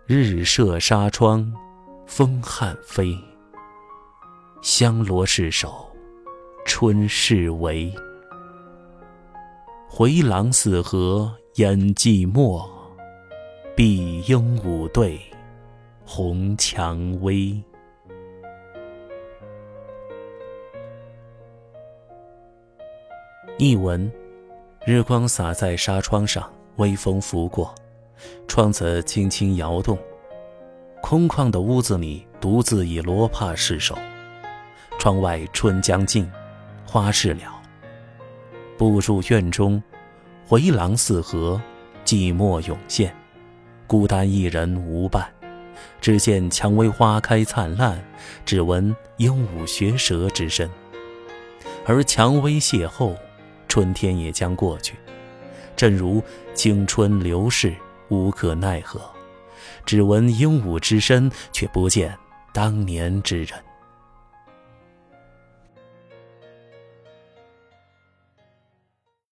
日射纱窗，风汉飞。香罗是手，春是围。回廊四合掩寂寞，碧鹦鹉对，红蔷薇。译文：日光洒在纱窗上，微风拂过，窗子轻轻摇动。空旷的屋子里，独自以罗帕释手。窗外春将尽，花事了。步入院中，回廊四合，寂寞涌现，孤单一人无伴。只见蔷薇花开灿烂，只闻鹦鹉学舌之声。而蔷薇邂逅，春天也将过去。正如青春流逝，无可奈何。只闻鹦鹉之声，却不见当年之人。